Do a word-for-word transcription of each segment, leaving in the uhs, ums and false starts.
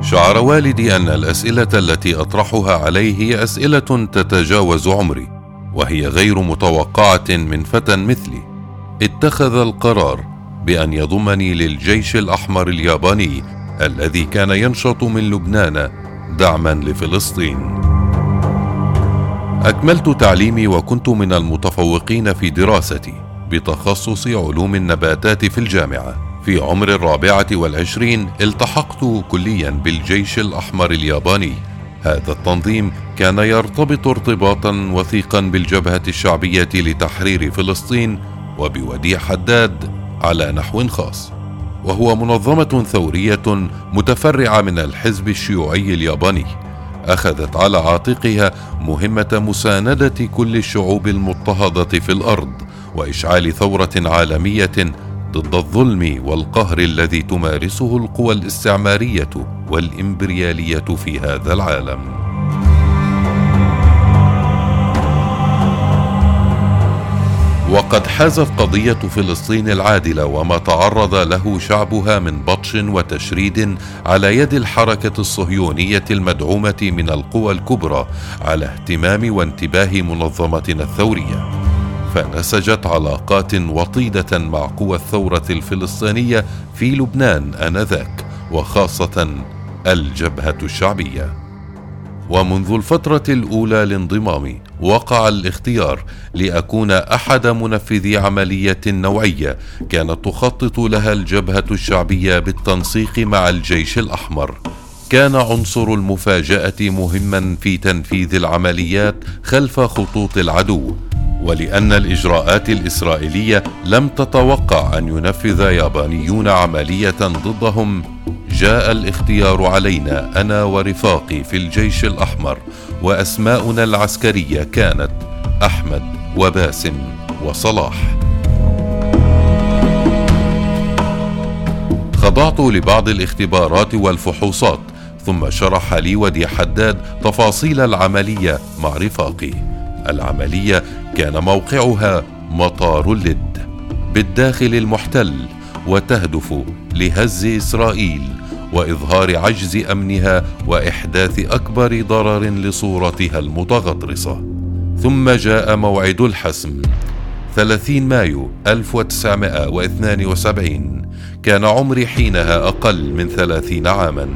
شعر والدي أن الأسئلة التي أطرحها عليه هي أسئلة تتجاوز عمري، وهي غير متوقعة من فتى مثلي. اتخذ القرار بأن يضمني للجيش الأحمر الياباني الذي كان ينشط من لبنان دعما لفلسطين. أكملت تعليمي وكنت من المتفوقين في دراستي بتخصص علوم النباتات في الجامعة. في عمر الرابعة والعشرين التحقت كليا بالجيش الأحمر الياباني. هذا التنظيم كان يرتبط ارتباطا وثيقا بالجبهة الشعبية لتحرير فلسطين وبوديع حداد على نحو خاص، وهو منظمة ثورية متفرعة من الحزب الشيوعي الياباني، أخذت على عاتقها مهمة مساندة كل الشعوب المضطهدة في الأرض وإشعال ثورة عالمية ضد الظلم والقهر الذي تمارسه القوى الاستعمارية والإمبريالية في هذا العالم. وقد حازت قضية فلسطين العادلة وما تعرض له شعبها من بطش وتشريد على يد الحركة الصهيونية المدعومة من القوى الكبرى على اهتمام وانتباه منظمتنا الثورية، فنسجت علاقات وطيدة مع قوى الثورة الفلسطينية في لبنان آنذاك، وخاصة الجبهة الشعبية. ومنذ الفترة الأولى لانضمامي وقع الاختيار لأكون أحد منفذي عملية نوعية كانت تخطط لها الجبهة الشعبية بالتنسيق مع الجيش الأحمر. كان عنصر المفاجأة مهما في تنفيذ العمليات خلف خطوط العدو، ولأن الإجراءات الإسرائيلية لم تتوقع أن ينفذ يابانيون عملية ضدهم، جاء الاختيار علينا أنا ورفاقي في الجيش الأحمر، وأسماؤنا العسكرية كانت أحمد وباسم وصلاح. خضعت لبعض الاختبارات والفحوصات، ثم شرح لي وديع حداد تفاصيل العملية مع رفاقي. العملية كان موقعها مطار اللد بالداخل المحتل، وتهدف لهز إسرائيل وإظهار عجز أمنها وإحداث أكبر ضرر لصورتها المتغطرسة. ثم جاء موعد الحسم، ثلاثين مايو ألف وتسعمائة واثنين وسبعين. كان عمري حينها أقل من ثلاثين عاما.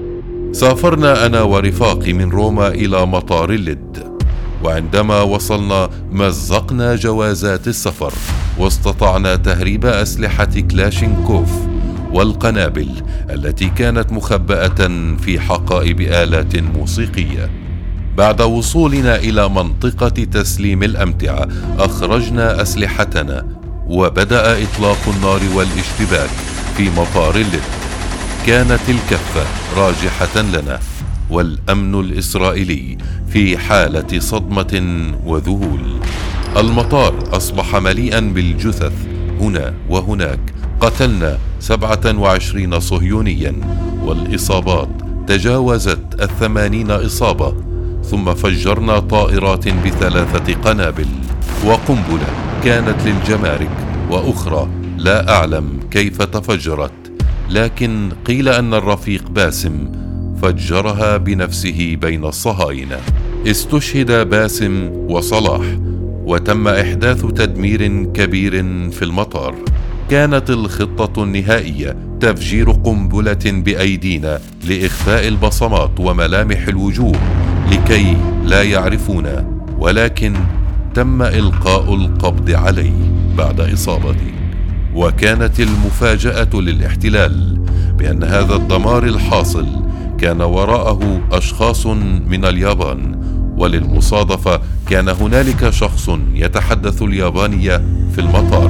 سافرنا أنا ورفاقي من روما إلى مطار اللد، وعندما وصلنا مزقنا جوازات السفر، واستطعنا تهريب أسلحة كلاشينكوف والقنابل التي كانت مخبأة في حقائب آلات موسيقية. بعد وصولنا إلى منطقة تسليم الأمتعة أخرجنا أسلحتنا، وبدأ إطلاق النار والاشتباك في مطار اللد. كانت الكفة راجحة لنا، والأمن الإسرائيلي في حالة صدمة وذهول. المطار أصبح مليئا بالجثث هنا وهناك. قتلنا سبعة وعشرين صهيونيا، والإصابات تجاوزت الثمانين إصابة. ثم فجرنا طائرات بثلاثة قنابل وقنبلة كانت للجمارك، وأخرى لا أعلم كيف تفجرت، لكن قيل أن الرفيق باسم فجرها بنفسه بين الصهاينة. استشهد باسم وصلاح، وتم إحداث تدمير كبير في المطار. كانت الخطة النهائية تفجير قنبلة بأيدينا لإخفاء البصمات وملامح الوجوه لكي لا يعرفونا، ولكن تم إلقاء القبض علي بعد إصابتي. وكانت المفاجأة للاحتلال بأن هذا الدمار الحاصل كان وراءه أشخاص من اليابان، وللمصادفة كان هنالك شخص يتحدث اليابانية في المطار.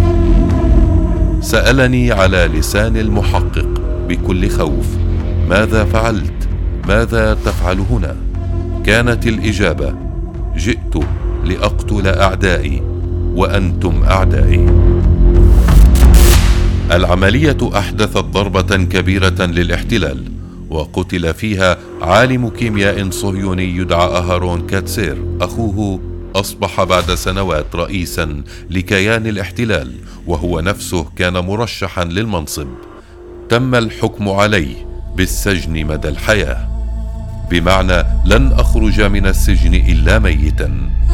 سألني على لسان المحقق بكل خوف: ماذا فعلت؟ ماذا تفعل هنا؟ كانت الإجابة: جئت لأقتل أعدائي وأنتم أعدائي. العملية أحدثت ضربة كبيرة للاحتلال، وقتل فيها عالم كيمياء صهيوني يدعى أهارون كاتسير. أخوه أصبح بعد سنوات رئيسا لكيان الاحتلال، وهو نفسه كان مرشحا للمنصب. تم الحكم عليه بالسجن مدى الحياة، بمعنى لن أخرج من السجن إلا ميتا.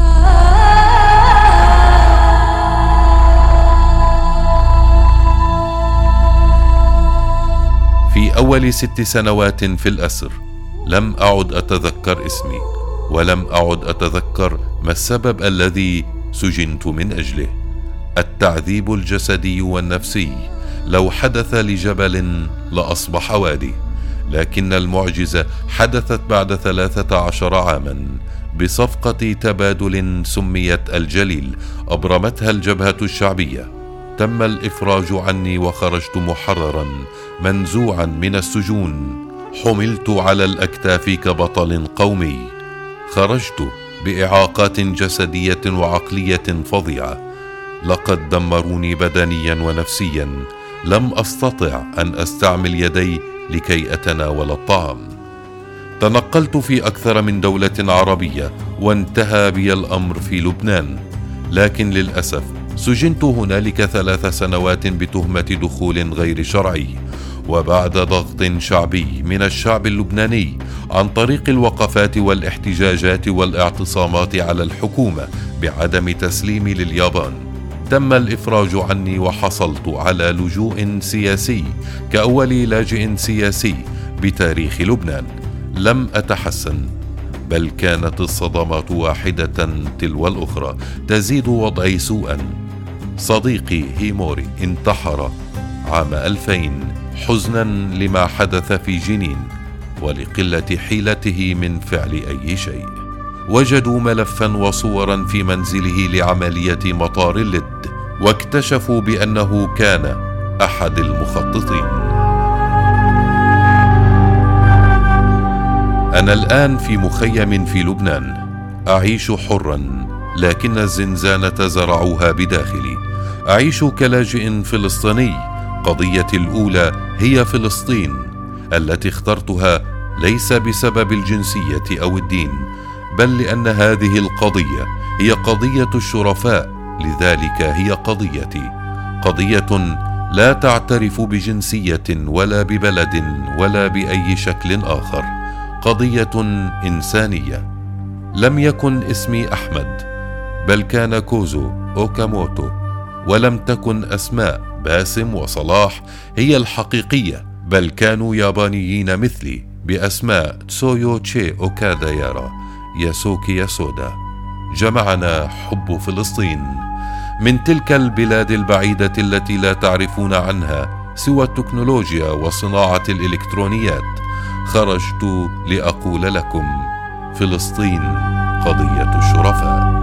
في أول ست سنوات في الأسر لم أعد أتذكر اسمي، ولم أعد أتذكر ما السبب الذي سجنت من أجله. التعذيب الجسدي والنفسي لو حدث لجبل لأصبح وادي، لكن المعجزة حدثت بعد ثلاثة عشر عاما بصفقة تبادل سميت الجليل، أبرمتها الجبهة الشعبية. تم الإفراج عني وخرجت محررا منزوعا من السجون، حملت على الأكتاف كبطل قومي. خرجت بإعاقات جسدية وعقلية فظيعة، لقد دمروني بدنيا ونفسيا، لم أستطع أن أستعمل يدي لكي أتناول الطعام. تنقلت في أكثر من دولة عربية، وانتهى بي الأمر في لبنان، لكن للأسف سجنت هنالك ثلاث سنوات بتهمة دخول غير شرعي، وبعد ضغط شعبي من الشعب اللبناني عن طريق الوقفات والاحتجاجات والاعتصامات على الحكومة بعدم تسليمي لليابان، تم الإفراج عني وحصلت على لجوء سياسي كأول لاجئ سياسي بتاريخ لبنان. لم أتحسن، بل كانت الصدمات واحدة تلو الأخرى تزيد وضعي سوءا. صديقي هيموري انتحر عام ألفين حزنا لما حدث في جنين ولقلة حيلته من فعل أي شيء. وجدوا ملفا وصورا في منزله لعملية مطار اللد، واكتشفوا بأنه كان أحد المخططين. أنا الآن في مخيم في لبنان، أعيش حرا، لكن الزنزانة زرعوها بداخلي. أعيش كلاجئ فلسطيني. قضيتي الأولى هي فلسطين التي اخترتها ليس بسبب الجنسية أو الدين، بل لأن هذه القضية هي قضية الشرفاء، لذلك هي قضيتي. قضية لا تعترف بجنسية ولا ببلد ولا بأي شكل آخر، قضية إنسانية. لم يكن اسمي أحمد، بل كان كوزو أوكاموتو، ولم تكن أسماء باسم وصلاح هي الحقيقية، بل كانوا يابانيين مثلي بأسماء تسويو تشي أوكادا يارا، ياسوكي ياسودا. جمعنا حب فلسطين. من تلك البلاد البعيدة التي لا تعرفون عنها سوى التكنولوجيا وصناعة الإلكترونيات، خرجت لأقول لكم: فلسطين قضية الشرفاء.